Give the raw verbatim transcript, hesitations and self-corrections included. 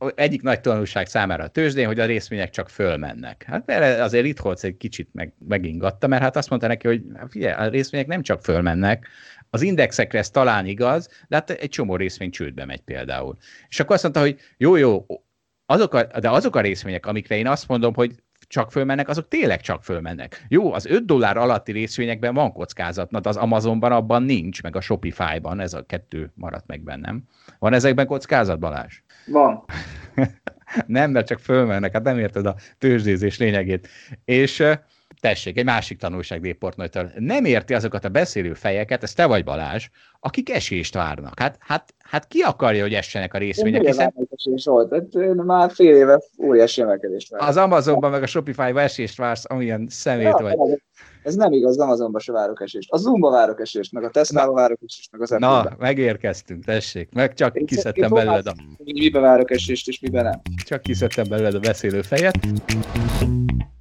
egyik nagy tanulság számára a tőzsdén, hogy a részvények csak fölmennek. Hát azért Ritholz egy kicsit meg, megingatta, mert hát azt mondta neki, hogy figyelj, a részvények nem csak fölmennek, az indexekre ez talán igaz, de hát egy csomó részvény csődbe megy például. És akkor azt mondta, hogy jó, jó, azok a, de azok a részvények, amikre én azt mondom, hogy csak fölmennek, azok tényleg csak fölmennek. Jó, az öt dollár alatti részvényekben van kockázat, na, de az Amazonban abban nincs, meg a Shopify-ban, ez a kettő maradt meg bennem. Van ezekben kockázat, Balázs? Van. Nem, mert csak fölmennek, hát nem érted a tőzsdézés lényegét. És tessék, egy másik tanulság Dave Portnoy-től. Nem érti azokat a beszélő fejeket, ez te vagy, Balázs, akik esést várnak. Hát, hát, hát ki akarja, hogy essenek a részvények? Hiszen... esés volt. Hát, már fél éve óriási emelkedést várnak. Az Amazonban meg a Shopify-ban esést vársz, amilyen szemét ja, vagy. Ez nem igaz, Amazonban se várok esést. A Zoomba várok esést, meg a Tesla-ba várok esést, meg az Apple-ben. Na, megérkeztünk, tessék. Meg csak én kiszedtem belőled a... Miben várok esést, és miben nem. Csak kiszedtem belőled a beszélő fejet.